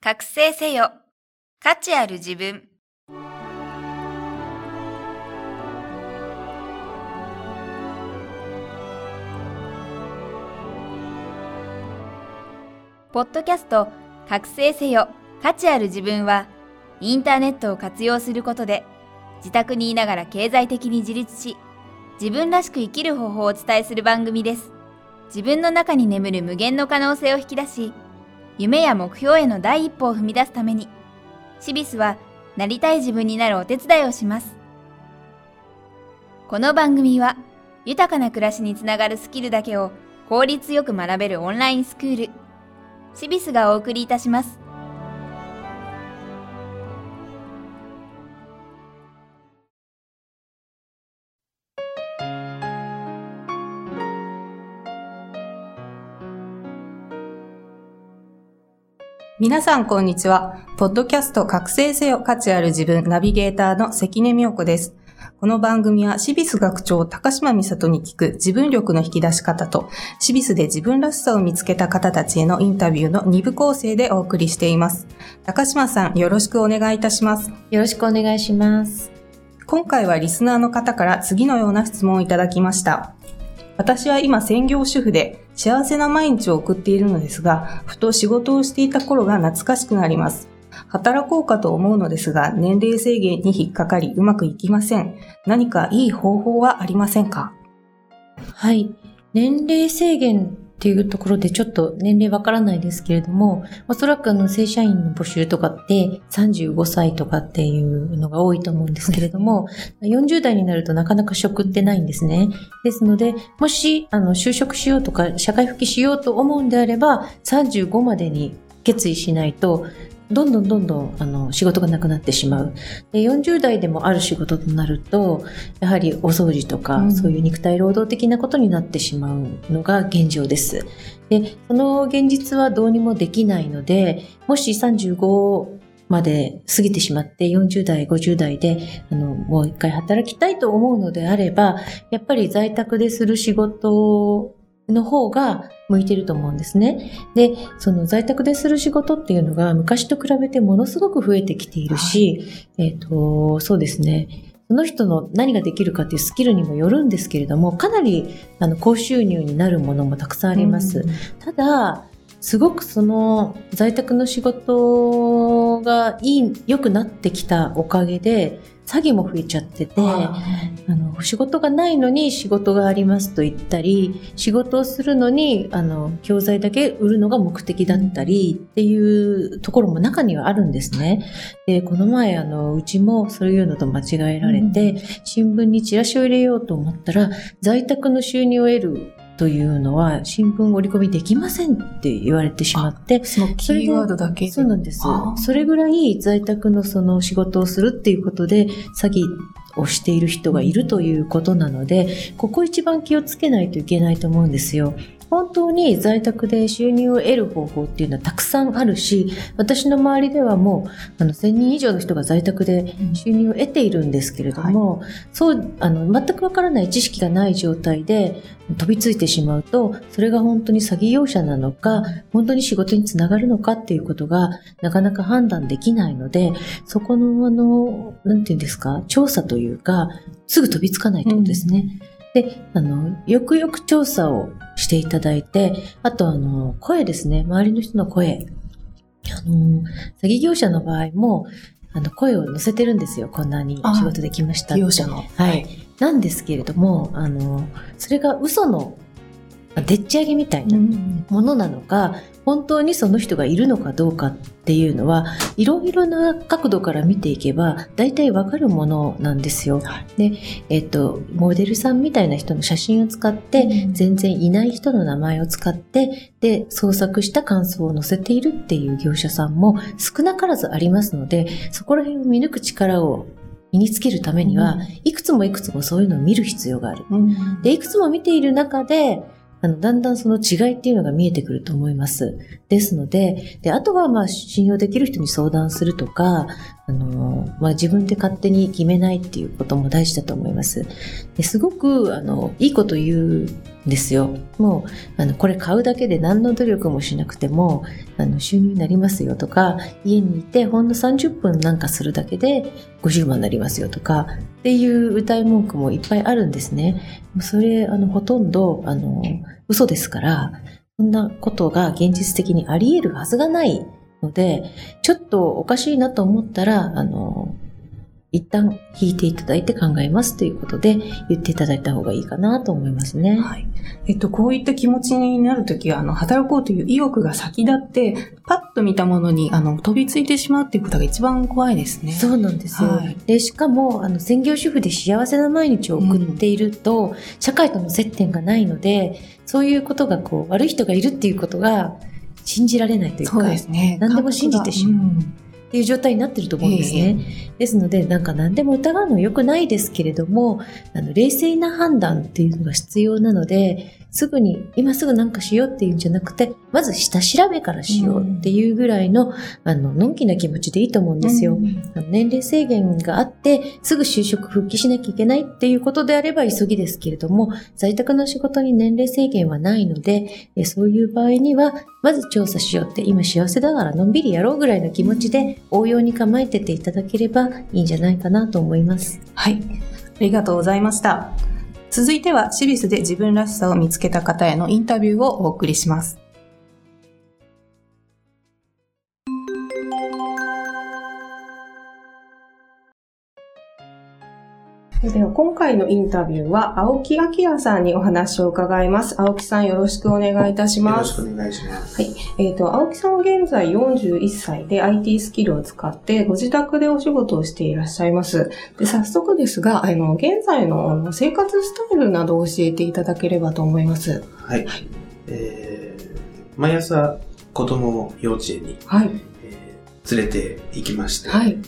覚醒せよ。価値ある自分。ポッドキャスト覚醒せよ。価値ある自分は、インターネットを活用することで、自宅にいながら経済的に自立し、自分らしく生きる方法をお伝えする番組です。自分の中に眠る無限の可能性を引き出し、夢や目標への第一歩を踏み出すために、シビスはなりたい自分になるお手伝いをします。この番組は、豊かな暮らしにつながるスキルだけを効率よく学べるオンラインスクール、シビスがお送りいたします。 皆さんこんにちは。ポッドキャスト覚醒せよ価値ある自分ナビゲーターの関根美代子です。この番組はシビス学長高島美里に聞く自分力の引き出し方とシビスで自分らしさを見つけた方たちへのインタビューの2部構成でお送りしています。高島さんよろしくお願いいたします。 よろしくお願いします。 今回はリスナーの方から次のような質問をいただきました。私は今専業主婦で幸せな毎日を送っているのですが、ふと仕事をしていた頃が懐かしくなります。働こうかと思うのですが、年齢制限に引っかかりうまくいきません。何かいい方法はありませんか？ はい。年齢制限っていうところでちょっと年齢わからないですけれども、おそらく正社員の募集とかって35歳とかっていうのが多いと思うんですけれども、40代になるとなかなか職ってないんですね。ですので、もし就職しようとか社会復帰しようと思うんであれば、35までに決意しないと、どんどん仕事がなくなってしまう。で、40代でもある仕事となると、やはりお掃除とか、そういう肉体労働的なことになってしまうのが現状です。で、その現実はどうにもできないので、もし35まで過ぎてしまって40代、50代でもう一回働きたいと思うのであれば、やっぱり在宅でする仕事の方が向いてると思うんですね。で、その在宅でする仕事っていうのが昔と比べてものすごく増えてきているし、そうですね。その人の何ができるかっていうスキルにもよるんですけれども、かなり高収入になるものもたくさんあります。ただ、すごくその在宅の仕事が良くなってきたおかげで、詐欺も増えちゃってて、仕事がないのに仕事がありますと言ったり、仕事をするのに教材だけ売るのが目的だったりっていうところも中にはあるんですね。で、この前うちもそういうのと間違えられて、新聞にチラシを入れようと思ったら、在宅の収入を得るというのは新聞折り込みできませんって言われてしまって、 そのキーワードだけで。 そうなんです。それぐらい在宅のその仕事をするっていうことで詐欺をしている人がいるということなので、ここ一番気をつけないといけないと思うんですよ。本当に在宅で収入を得る方法っていうのはたくさんあるし、私の周りではもう1000人以上の人が在宅で収入を得ているんですけれども、そう全くわからない知識がない状態で飛びついてしまうと、それが本当に詐欺業者なのか、本当に仕事につながるのかっていうことがなかなか判断できないので、そこのなんていうんですか、調査というかすぐ飛びつかないってことですね。で、よくよく調査をしていただいて、あと声ですね、周りの人の声。詐欺業者の場合も、声を載せてるんですよ。こんなに仕事できましたって。 業者の。 はい。なんですけれども、それが嘘のでっち上げみたいなものなのか、本当にその人がいるのかどうかっていうのは、いろいろな角度から見ていけば大体わかるものなんですよ。で、モデルさんみたいな人の写真を使って、全然いない人の名前を使って、で、創作した感想を載せているっていう業者さんも少なからずありますので、そこら辺を見抜く力を身につけるためには、いくつもそういうのを見る必要がある。で、いくつも見ている中で、だんだんその違いっていうのが見えてくると思います。ですので、あとは信用できる人に相談するとか、自分で勝手に決めないっていうことも大事だと思います。ですごくいいこと言うですよ。もうこれ買うだけで何の努力もしなくても収入になりますよとか、家にいてほんの30分なんかするだけで50万になりますよとかっていう歌い文句もいっぱいあるんですね。それほとんど嘘ですから、そんなことが現実的にあり得るはずがないので、ちょっとおかしいなと思ったら一旦引いていただいて考えますということで言っていただいた方がいいかなと思いますね。 はい。こういった気持ちになるときは、働こうという意欲が先立って、パッと見たものに、飛びついてしまうっていうことが一番怖いですね。 そうなんですよ。 はい、 で、しかも、専業主婦で幸せな毎日を送っていると、社会との接点がないので、そういうことが悪い人がいるっていうことが信じられないというか、 そうですね。 何でも信じてしまう。っていう状態になっていると思うんですね。ですので、何でも疑うのは良くないですけれども、冷静な判断っていうのが必要なので、今すぐ何かしようっていうんじゃなくて、まず下調べからしようっていうぐらいの、のんきな気持ちでいいと思うんですよ。年齢制限があって、すぐ就職復帰しなきゃいけないっていうことであれば急ぎですけれども、在宅の仕事に年齢制限はないので、そういう場合には、まず調査しようって、今幸せだからのんびりやろうぐらいの気持ちで、応用に構えてていただければいいんじゃないかなと思います。 はい。ありがとうございました。続いては、シビスで自分らしさを見つけた方へのインタビューをお送りします。では今回のインタビューは青木明さんにお話を伺います。青木さん、よろしくお願いいたします。 よろしくお願いします。 はい。青木さんは現在41歳で IT スキルを使ってご自宅でお仕事をしていらっしゃいます。で、早速ですが、現在の生活スタイルなどを教えていただければと思います。 はい。毎朝子供を幼稚園に、連れて行きまして、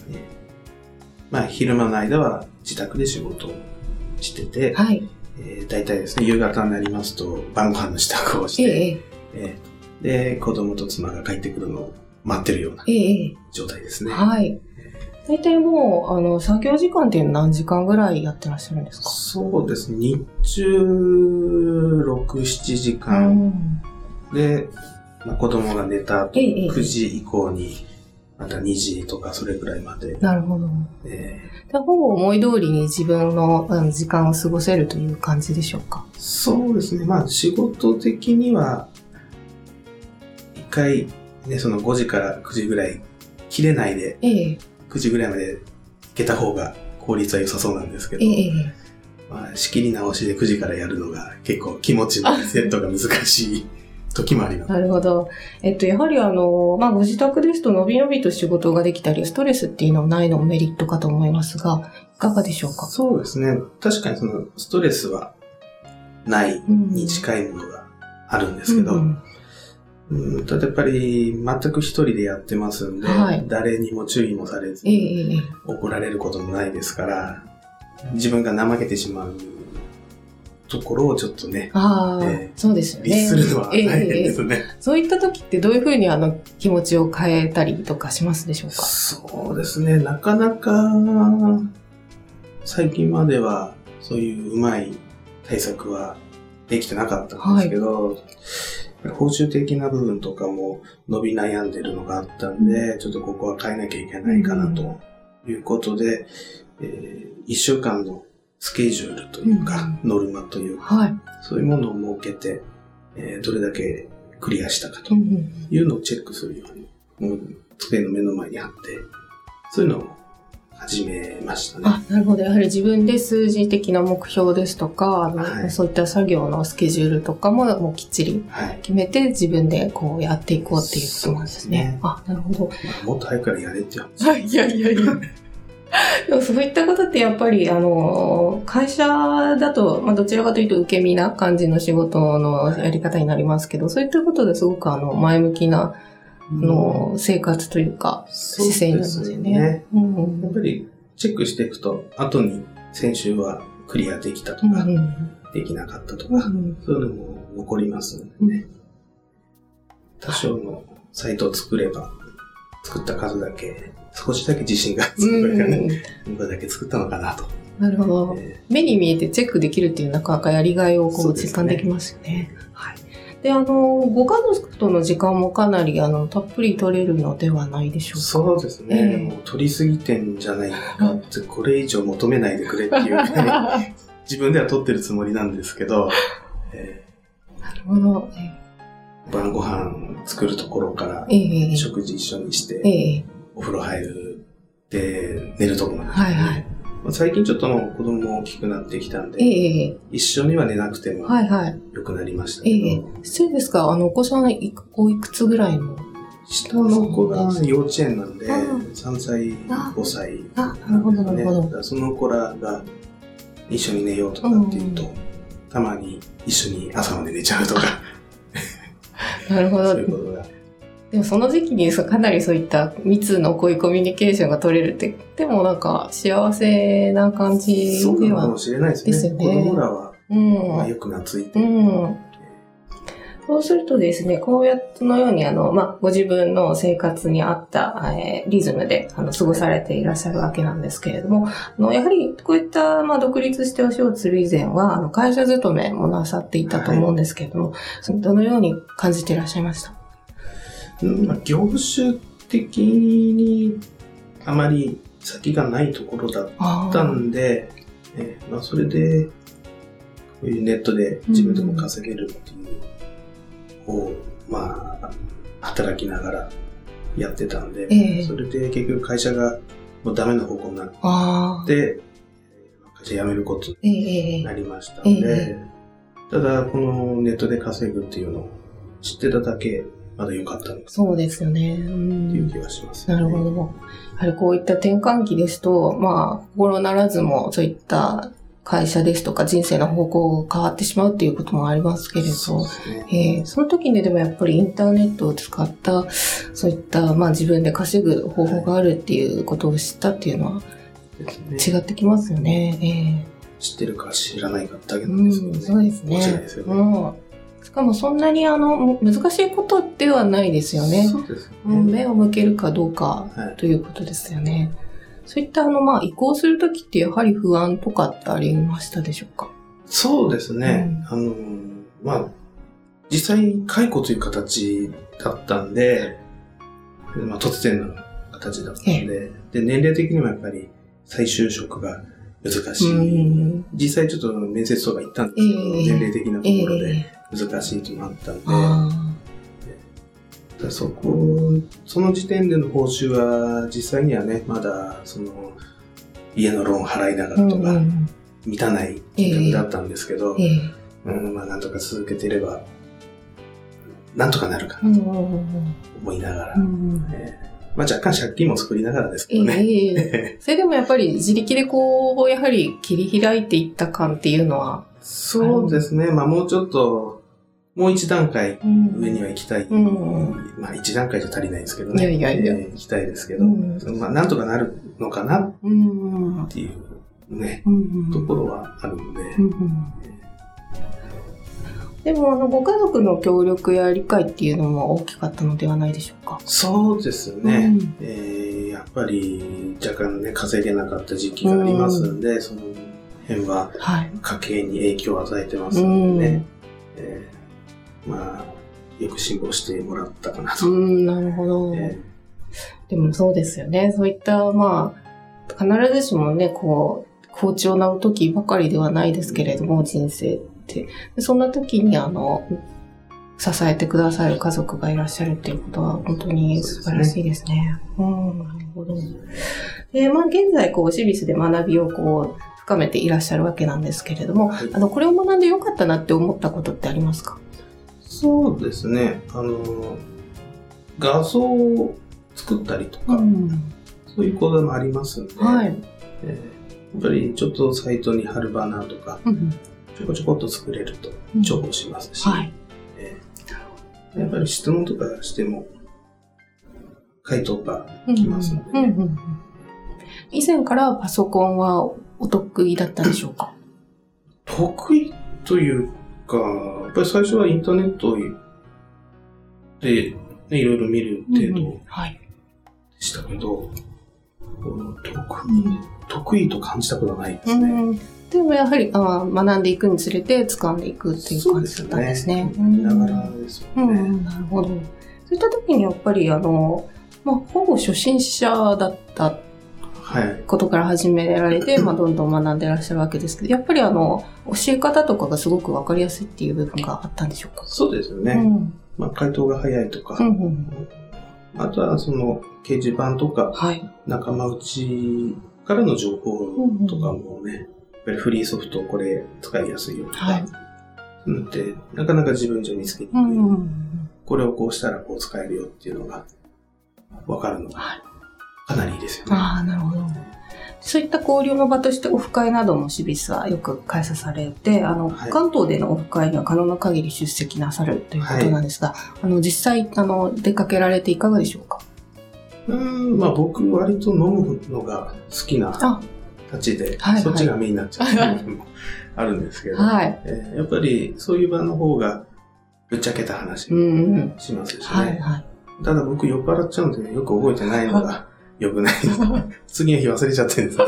昼間の間は自宅で仕事をしてて、大体ですね、夕方になりますと晩ご飯の支度をして、で、子供と妻が帰ってくるのを待ってるような状態ですね。 大体もう、作業時間っていうのは何時間ぐらいやってらっしゃるんですか？ そうですね、日中6、7時間で、子供が寝た後、9時以降にまた2時とかそれくらいまで。 なるほど。ほぼ思い通りに自分の時間を過ごせるという感じでしょうか？ そうですね。仕事的には、一回ね、その5時から9時ぐらい切れないで、9時ぐらいまで行けた方が効率は良さそうなんですけど、仕切り直しで9時からやるのが結構気持ちのセットが難しい時もあります。 なるほど。やはりご自宅ですとのびのびと仕事ができたり、ストレスっていうのはないのもメリットかと思いますが、いかがでしょうか？ そうですね。確かにそのストレスはないに近いものがあるんですけど、ただやっぱり全く一人でやってますんで、誰にも注意もされずに、怒られることもないですから、自分が怠けてしまうところをちょっとね、 そうですよね。 律するのは大変ですね。 そういった時ってどういうふうに気持ちを変えたりとかしますでしょうか？ そうですね。なかなか最近まではそういううまい対策はできてなかったんですけど、報酬的な部分とかも伸び悩んでるのがあったんで、ちょっとここは変えなきゃいけないかなということで、1週間のスケジュールというか、ノルマというか、そういうものを設けて、どれだけクリアしたかというのをチェックするように、机の目の前に貼って、そういうのを始めましたね。 なるほど。やはり自分で数字的な目標ですとか、そういった作業のスケジュールとかももうきっちり決めて、自分でこうやっていこうっていうことなんですね。なるほど。 もっと早くからやれって話。 いや。でもそういったことってやっぱり会社だと、どちらかというと受け身な感じの仕事のやり方になりますけど、そういったことですごく前向きな生活というか姿勢なんですよね。 やっぱりチェックしていくと後に先週はクリアできたとか、できなかったとか、そういうのも残りますのでね。多少のサイトを作れば作った数だけ少しだけ自信がつくからね、これだけ作ったのかなとなるほど。目に見えてチェックできるっていうなかなかやりがいを実感できますよね。はい。で、ご家族との時間もかなりたっぷり取れるのではないでしょうか。 そうですね。もう取りすぎてんじゃないかって、これ以上求めないでくれっていう、自分では取ってるつもりなんですけど、 なるほど。 晩ご飯作るところから、食事一緒にして、お風呂入るで寝るところまで、 はいはい。 最近ちょっともう子供も大きくなってきたんで、一緒には寝なくても良くなりましたけど。 そうですか。お子さんおいくつぐらいの？ 下の子が幼稚園なんで、3歳、5歳、ね。 なるほど、なるほど。 その子らが一緒に寝ようとかっていうと、たまに一緒に朝まで寝ちゃうとか。 なるほど。 そういうことが。 でもその時期にかなりそういった密の濃いコミュニケーションが取れるって、でもなんか幸せな感じでは。 そうなのかもしれないですね。 ですよね。 子供らは、よく懐いてる。 そうするとですね、こうやってのようにご自分の生活に合った、リズムで過ごされていらっしゃるわけなんですけれども、やはりこういった、独立してお仕事する以前は、会社勤めもなさっていたと思うんですけれども、どのように感じていらっしゃいました？ 業種的にあまり先がないところだったんで、それで、こういうネットで自分でも稼げるっていうを、働きながらやってたんで、それで結局会社がもうダメな方向になって、会社辞めることになりましたので、ただこのネットで稼ぐっていうのを知ってただけ、まだ良かったんです。 そうですよね。 っていう気がしますね。 なるほど。やはりこういった転換期ですと、心ならずもそういった会社ですとか人生の方向が変わってしまうっていうこともありますけれど、その時にでもやっぱりインターネットを使った、そういった自分で稼ぐ方法があるっていうことを知ったっていうのは違ってきますよね。 知ってるか知らないかだけなんですよね。 そうですね。面白いですよね。しかもそんなに難しいことではないですよね。 そうですね。 目を向けるかどうかということですよね。そういった移行するときってやはり不安とかってありましたでしょうか？ そうですね。実際解雇という形だったんで、突然の形だったんで、で、年齢的にもやっぱり再就職が難しい。実際ちょっと面接とか行ったんですけど、年齢的なところで難しいとなったんで、その時点での報酬は実際にはね、まだ家のローン払いながらとか、満たない金額だったんですけど、なんとか続けていれば、なんとかなるかなと思いながら、若干借金も作りながらですけどね。 それでもやっぱり自力でやはり切り開いていった感っていうのは？ そうですね。もうちょっと、もう一段階上には行きたい。一段階じゃ足りないですけどね。行きたいですけど、なんとかなるのかなっていうね、ところはあるので。 でもご家族の協力や理解っていうのも大きかったのではないでしょうか？ そうですね。やっぱり若干ね、稼げなかった時期がありますんで、その辺は家計に影響を与えてますのでね。よく辛抱してもらったかなと。 なるほど。でもそうですよね。そういった必ずしもね、好調な時ばかりではないですけれども、人生って。そんな時に支えてくださる家族がいらっしゃるっていうことは本当に素晴らしいですね。なるほど。で、現在シビスで学びを深めていらっしゃるわけなんですけれども、これを学んでよかったなって思ったことってありますか？ そうですね。画像を作ったりとか、そういう講座もありますので、やっぱりちょっとサイトに貼るバナーとか、ちょこちょこっと作れると重宝しますし、やっぱり質問とかしても回答が来ますので、 以前からパソコンはお得意だったでしょうか？ 得意というか、やっぱり最初はインターネットで、いろいろ見る程度でしたけど、 得意と感じたことはないですね。 でもやはり学んでいくにつれて掴んでいくっていう感じだったんですね。 見ながらですよね。 なるほど。そういった時にやっぱりほぼ初心者だったことから始められて、どんどん学んでらっしゃるわけですけど、やっぱり教え方とかがすごくわかりやすいっていう部分があったんでしょうか？ そうですよね。回答が早いとか、あとはその掲示板とか、仲間内からの情報とかもね、やっぱりフリーソフトこれ使いやすいよとか、でなかなか自分じゃ見つけにくい、これをこうしたらこう使えるよっていうのがわかるのがかなりいいですよね。 なるほど。そういった交流の場としてオフ会などもシビスはよく開催されて、関東でのオフ会には可能な限り出席なさるということなんですが、実際出かけられていかがでしょうか？ 僕割と飲むのが好きなたちで、そっちがメインになっちゃうのもあるんですけど、やっぱりそういう場の方がぶっちゃけた話もしますしね。ただ僕酔っ払っちゃうんでよく覚えてないのが良くない。次の日忘れちゃってるんです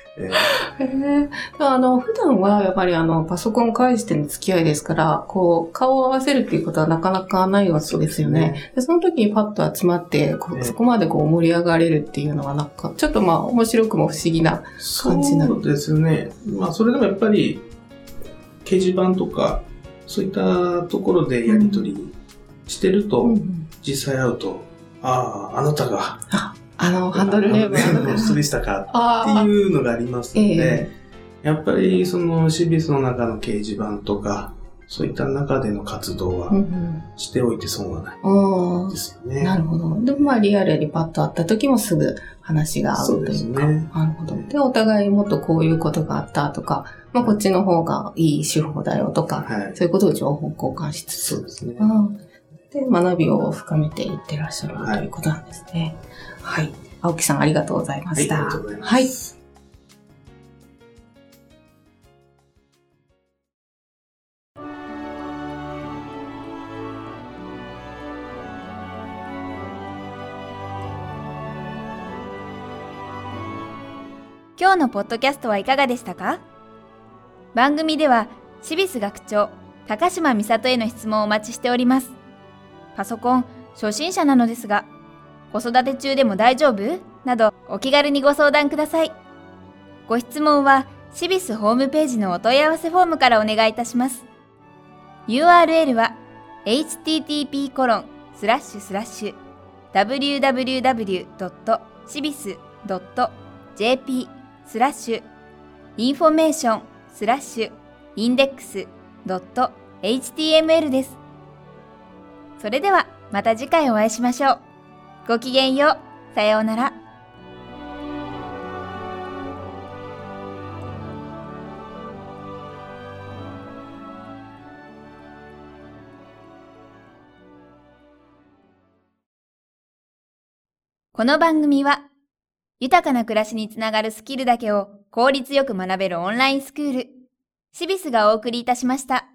普段はやっぱりパソコン介しての付き合いですから、こう、顔を合わせるっていうことはなかなかないわけですよね。その時にパッと集まって、そこまでこう盛り上がれるっていうのはなんか、ちょっと面白くも不思議な感じなんです。 そうですね。それでもやっぱり、掲示板とか、そういったところでやり取りしてると、実際会うと、あなたが、 ハンドルネームの人でしたかっていうのがありますので、やっぱりそのシビスの中の掲示板とか、そういった中での活動はしておいて損はないですよね。 なるほど。でもリアルにパッと会った時もすぐ話が合うというか。そうですね。なるほど。で、お互いもっとこういうことがあったとか、こっちの方がいい手法だよとか、そういうことを情報交換しつつ。 そうですね。 で、学びを深めていってらっしゃるということなんですね。青木さんありがとうございました。 ありがとうございます。 今日のポッドキャストはいかがでしたか？番組ではシビス学長高島美里への質問をお待ちしております。パソコン初心者なのですが、子育て中でも大丈夫？などお気軽にご相談ください。ご質問はシビスホームページのお問い合わせフォームからお願いいたします。URL は http://www.shibis.jp/information/index.html です。それではまた次回お会いしましょう。ごきげんよう。さようなら。この番組は、豊かな暮らしにつながるスキルだけを効率よく学べるオンラインスクール、シビスがお送りいたしました。